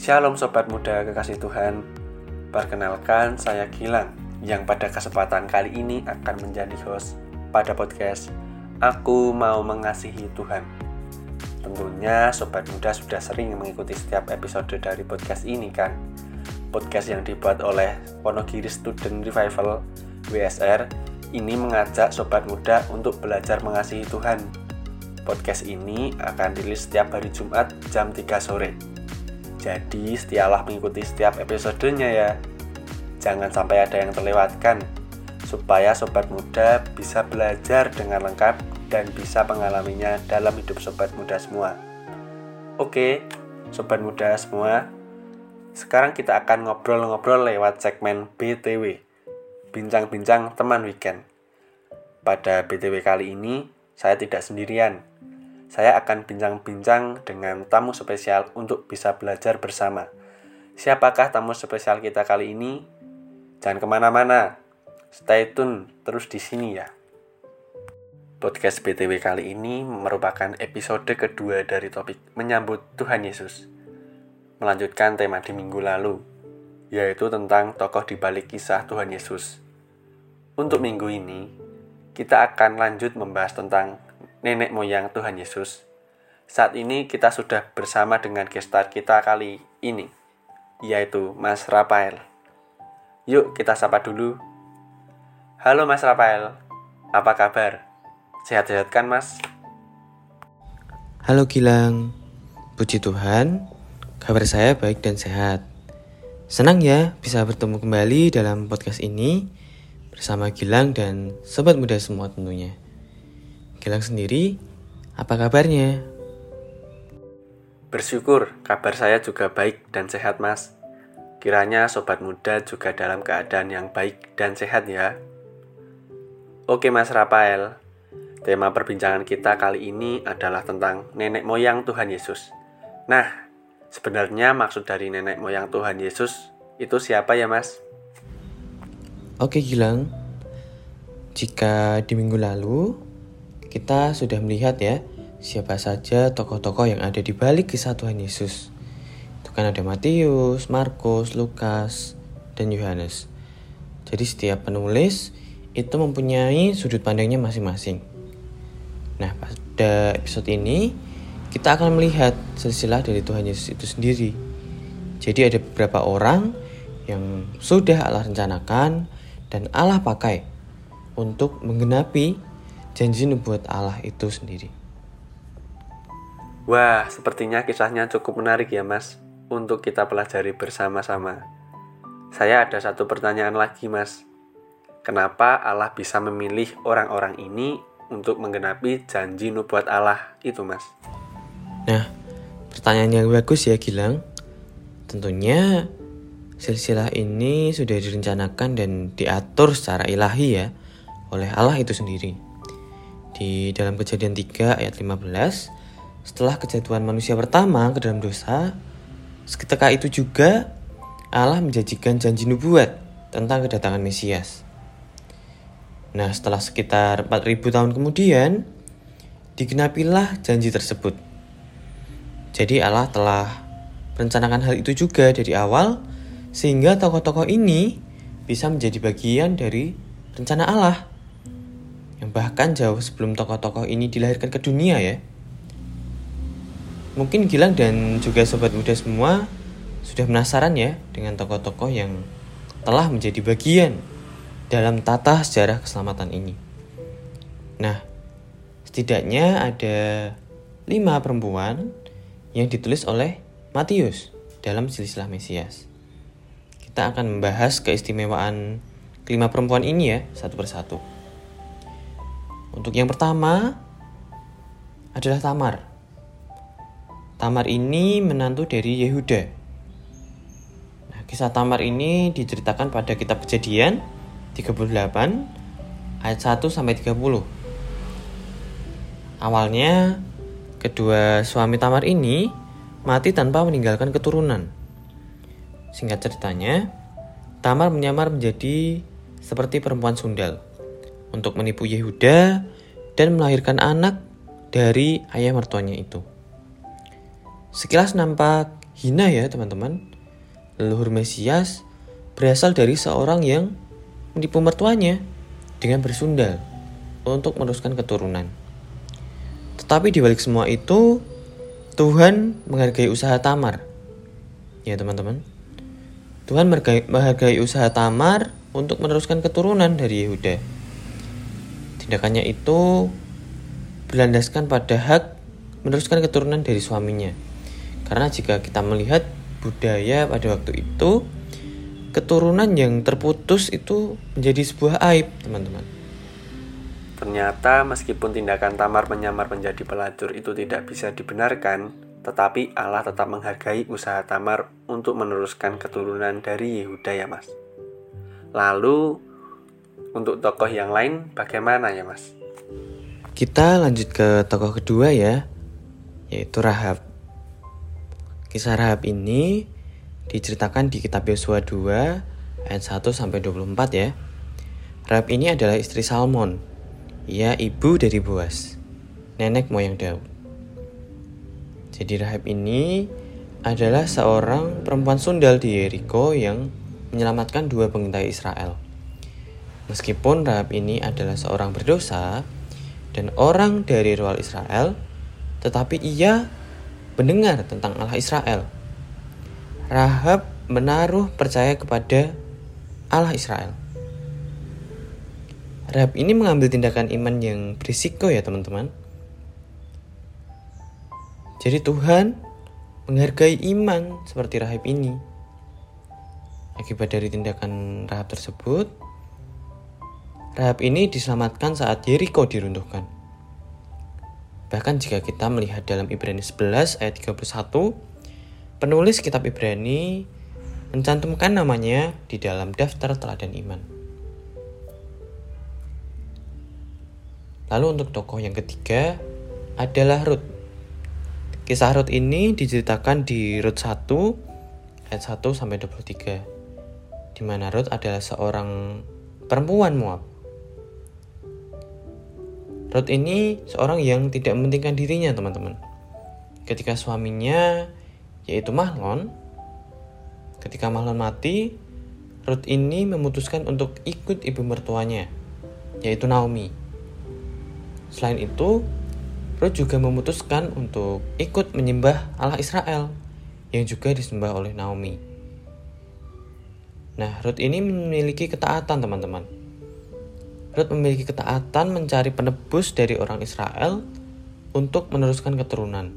Shalom Sobat Muda Kekasih Tuhan. Perkenalkan, saya Gilang yang pada kesempatan kali ini akan menjadi host pada podcast Aku Mau Mengasihi Tuhan. Tentunya Sobat Muda sudah sering mengikuti setiap episode dari podcast ini kan? Podcast yang dibuat oleh Wonogiri Student Revival WSR ini mengajak Sobat Muda untuk belajar mengasihi Tuhan. Podcast ini akan dirilis setiap hari Jumat jam 3 sore. Jadi setialah mengikuti setiap episodenya ya. Jangan sampai ada yang terlewatkan, supaya Sobat Muda bisa belajar dengan lengkap dan bisa mengalaminya dalam hidup Sobat Muda semua. Oke, Sobat Muda semua, sekarang kita akan ngobrol-ngobrol lewat segmen BTW, Bincang-Bincang Teman Weekend. Pada BTW kali ini, saya tidak sendirian. Saya akan bincang-bincang dengan tamu spesial untuk bisa belajar bersama. Siapakah tamu spesial kita kali ini? Jangan kemana-mana, stay tune terus di sini ya. Podcast BTW kali ini merupakan episode kedua dari topik menyambut Tuhan Yesus. Melanjutkan tema di minggu lalu, yaitu tentang tokoh di balik kisah Tuhan Yesus. Untuk minggu ini, kita akan lanjut membahas tentang nenek moyang Tuhan Yesus. Saat ini kita sudah bersama dengan guest star kita kali ini, yaitu Mas Rafael. Yuk kita sapa dulu. Halo Mas Rafael, apa kabar? Sehat-sehat kan Mas? Halo Gilang, puji Tuhan, kabar saya baik dan sehat. Senang ya bisa bertemu kembali dalam podcast ini bersama Gilang dan sobat muda semua tentunya. Gilang sendiri, apa kabarnya? Bersyukur, kabar saya juga baik dan sehat Mas. Kiranya sobat muda juga dalam keadaan yang baik dan sehat ya. Oke Mas Rafael, tema perbincangan kita kali ini adalah tentang nenek moyang Tuhan Yesus. Nah, sebenarnya maksud dari nenek moyang Tuhan Yesus itu siapa ya Mas? Oke Gilang, jika di minggu lalu kita sudah melihat ya siapa saja tokoh-tokoh yang ada di balik kisah Tuhan Yesus. Itu kan ada Matius, Markus, Lukas, dan Yohanes. Jadi setiap penulis itu mempunyai sudut pandangnya masing-masing. Nah, pada episode ini kita akan melihat silsilah dari Tuhan Yesus itu sendiri. Jadi ada beberapa orang yang sudah Allah rencanakan dan Allah pakai untuk menggenapi janji nubuat Allah itu sendiri. Wah, sepertinya kisahnya cukup menarik ya Mas, untuk kita pelajari bersama-sama. Saya ada satu pertanyaan lagi Mas. Kenapa Allah bisa memilih orang-orang ini untuk menggenapi janji nubuat Allah itu Mas? Nah, pertanyaan yang bagus ya Gilang. Tentunya silsilah ini sudah direncanakan dan diatur secara ilahi ya oleh Allah itu sendiri. Di dalam Kejadian 3 ayat 15, setelah kejatuhan manusia pertama ke dalam dosa, seketika itu juga Allah menjanjikan janji nubuat tentang kedatangan Mesias. Nah, setelah sekitar 4.000 tahun kemudian, digenapilah janji tersebut. Jadi Allah telah merencanakan hal itu juga dari awal, sehingga tokoh-tokoh ini bisa menjadi bagian dari rencana Allah. Yang bahkan jauh sebelum tokoh-tokoh ini dilahirkan ke dunia ya. Mungkin Gilang dan juga sobat muda semua sudah penasaran ya dengan tokoh-tokoh yang telah menjadi bagian dalam tata sejarah keselamatan ini. Nah, setidaknya ada 5 perempuan yang ditulis oleh Matius dalam silsilah Mesias. Kita akan membahas keistimewaan kelima perempuan ini ya, satu persatu. Untuk yang pertama adalah Tamar. Tamar ini menantu dari Yehuda. Nah, kisah Tamar ini diceritakan pada kitab Kejadian 38 ayat 1 sampai 30. Awalnya kedua suami Tamar ini mati tanpa meninggalkan keturunan. Singkat ceritanya, Tamar menyamar menjadi seperti perempuan sundal untuk menipu Yehuda dan melahirkan anak dari ayah mertuanya itu. Sekilas nampak hina ya teman-teman. Leluhur Mesias berasal dari seorang yang menipu mertuanya dengan bersundal untuk meneruskan keturunan. Tetapi di balik semua itu, Tuhan menghargai usaha Tamar. Ya teman-teman, Tuhan menghargai usaha Tamar untuk meneruskan keturunan dari Yehuda. Tindakannya itu berlandaskan pada hak meneruskan keturunan dari suaminya. Karena jika kita melihat budaya pada waktu itu, keturunan yang terputus itu menjadi sebuah aib, teman-teman. Ternyata meskipun tindakan Tamar menyamar menjadi pelacur itu tidak bisa dibenarkan, tetapi Allah tetap menghargai usaha Tamar untuk meneruskan keturunan dari Yehuda ya Mas. Lalu untuk tokoh yang lain bagaimana ya Mas? Kita lanjut ke tokoh kedua ya, yaitu Rahab. Kisah Rahab ini diceritakan di kitab Yosua 2 ayat 1-24 ya. Rahab ini adalah istri Salmon. Ia ibu dari Boas, nenek moyang Daud. Jadi Rahab ini adalah seorang perempuan sundal di Yeriko yang menyelamatkan 2 pengintai Israel. Meskipun Rahab ini adalah seorang berdosa dan orang dari royal Israel, tetapi ia mendengar tentang Allah Israel. Rahab menaruh percaya kepada Allah Israel. Rahab ini mengambil tindakan iman yang berisiko ya teman-teman. Jadi Tuhan menghargai iman seperti Rahab ini. Akibat dari tindakan Rahab tersebut, Rahab ini diselamatkan saat Yeriko diruntuhkan. Bahkan jika kita melihat dalam Ibrani 11 ayat 31, penulis kitab Ibrani mencantumkan namanya di dalam daftar teladan iman. Lalu untuk tokoh yang ketiga adalah Rut. Kisah Rut ini diceritakan di Rut 1 ayat 1-23, di mana Rut adalah seorang perempuan Moab. Rut ini seorang yang tidak mementingkan dirinya teman-teman. Ketika suaminya yaitu Mahlon, ketika Mahlon mati, Rut ini memutuskan untuk ikut ibu mertuanya, yaitu Naomi. Selain itu, Rut juga memutuskan untuk ikut menyembah Allah Israel yang juga disembah oleh Naomi. Nah, Rut ini memiliki ketaatan teman-teman. Rut memiliki ketaatan mencari penebus dari orang Israel untuk meneruskan keturunan.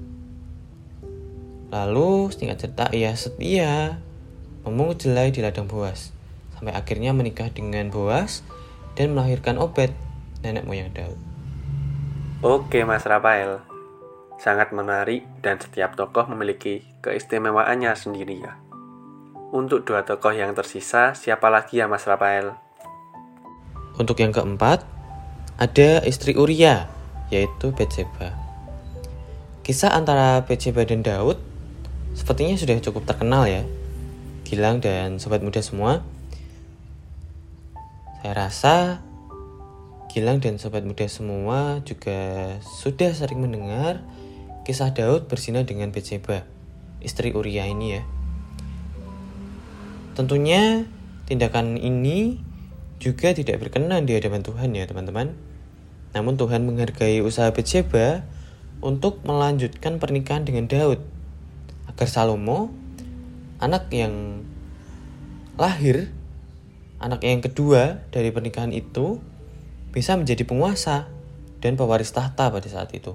Lalu, singkat cerita, ia setia memungut jelai di ladang Boas, sampai akhirnya menikah dengan Boas dan melahirkan Obed, nenek moyang Daud. Oke Mas Rafael, sangat menarik dan setiap tokoh memiliki keistimewaannya sendiri ya. Untuk 2 tokoh yang tersisa, siapa lagi ya Mas Rafael? Untuk yang keempat, ada istri Uria, yaitu Betseba. Kisah antara Betseba dan Daud sepertinya sudah cukup terkenal ya. Gilang dan sobat muda semua, saya rasa Gilang dan sobat muda semua juga sudah sering mendengar kisah Daud berzina dengan Betseba, istri Uria ini ya. Tentunya tindakan ini juga tidak berkenan di hadapan Tuhan ya teman-teman. Namun Tuhan menghargai usaha Betseba untuk melanjutkan pernikahan dengan Daud, agar Salomo, anak yang lahir, anak yang kedua dari pernikahan itu, bisa menjadi penguasa dan pewaris tahta pada saat itu.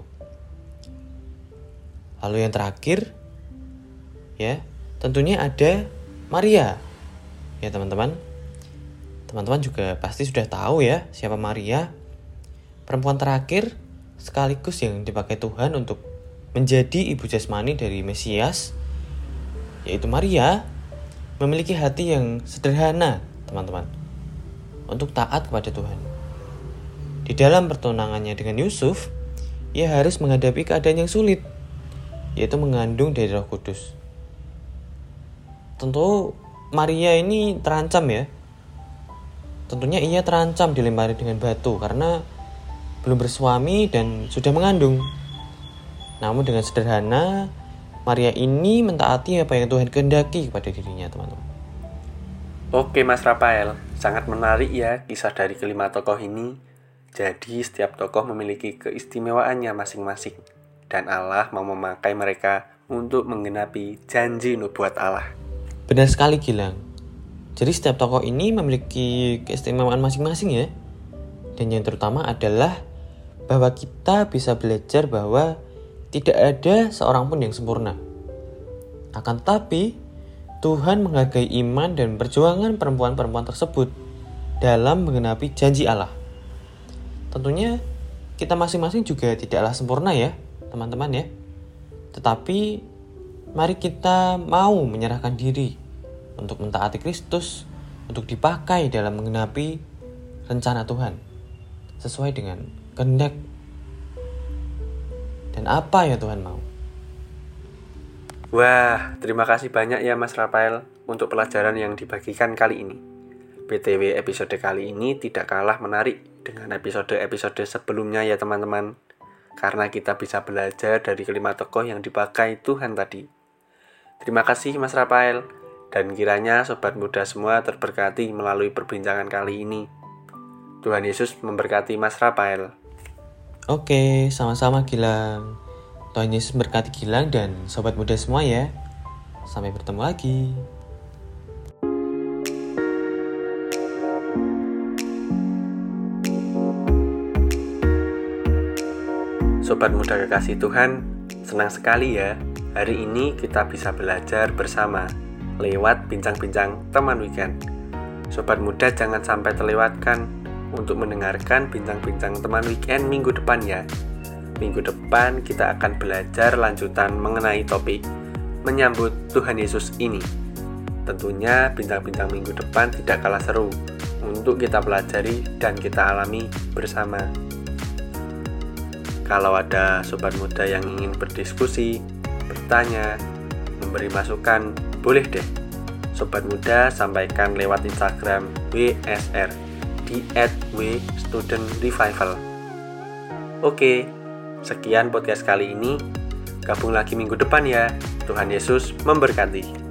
Lalu yang terakhir, ya, tentunya ada Maria. Ya teman-teman. Teman-teman juga pasti sudah tahu ya siapa Maria. Perempuan terakhir sekaligus yang dipakai Tuhan untuk menjadi ibu jasmani dari Mesias, yaitu Maria, memiliki hati yang sederhana, teman-teman, untuk taat kepada Tuhan. Di dalam pertunangannya dengan Yusuf, ia harus menghadapi keadaan yang sulit, yaitu mengandung dari Roh Kudus. Tentu Maria ini terancam ya. Tentunya ia terancam dilempari dengan batu karena belum bersuami dan sudah mengandung. Namun dengan sederhana, Maria ini mentaati apa yang Tuhan kehendaki kepada dirinya, teman-teman. Oke Mas Rafael, sangat menarik ya kisah dari kelima tokoh ini. Jadi setiap tokoh memiliki keistimewaannya masing-masing. Dan Allah mau memakai mereka untuk menggenapi janji nubuat Allah. Benar sekali Gilang. Jadi setiap tokoh ini memiliki keistimewaan masing-masing ya. Dan yang terutama adalah bahwa kita bisa belajar bahwa tidak ada seorang pun yang sempurna. Akan tetapi, Tuhan menghargai iman dan perjuangan perempuan-perempuan tersebut dalam menggenapi janji Allah. Tentunya kita masing-masing juga tidaklah sempurna ya, teman-teman ya. Tetapi mari kita mau menyerahkan diri untuk mentaati Kristus, untuk dipakai dalam menggenapi rencana Tuhan sesuai dengan kehendak dan apa yang Tuhan mau. Wah, terima kasih banyak ya Mas Rafael untuk pelajaran yang dibagikan kali ini. BTW episode kali ini tidak kalah menarik dengan episode-episode sebelumnya ya teman-teman. Karena kita bisa belajar dari kelima tokoh yang dipakai Tuhan tadi. Terima kasih Mas Rafael, dan kiranya sobat muda semua terberkati melalui perbincangan kali ini. Tuhan Yesus memberkati Mas Rafael. Oke, sama-sama Gilang. Tuhan Yesus memberkati Gilang dan sobat muda semua ya. Sampai bertemu lagi. Sobat muda kekasih Tuhan, senang sekali ya. Hari ini kita bisa belajar bersama lewat bincang-bincang teman weekend. Sobat muda jangan sampai terlewatkan untuk mendengarkan bincang-bincang teman weekend minggu depan ya. Minggu depan kita akan belajar lanjutan mengenai topik menyambut Tuhan Yesus ini. Tentunya bincang-bincang minggu depan tidak kalah seru untuk kita pelajari dan kita alami bersama. Kalau ada sobat muda yang ingin berdiskusi, bertanya, memberi masukan, boleh deh. Sobat muda sampaikan lewat Instagram WSR di @wstudentrevival. Oke, sekian podcast kali ini. Gabung lagi minggu depan ya. Tuhan Yesus memberkati.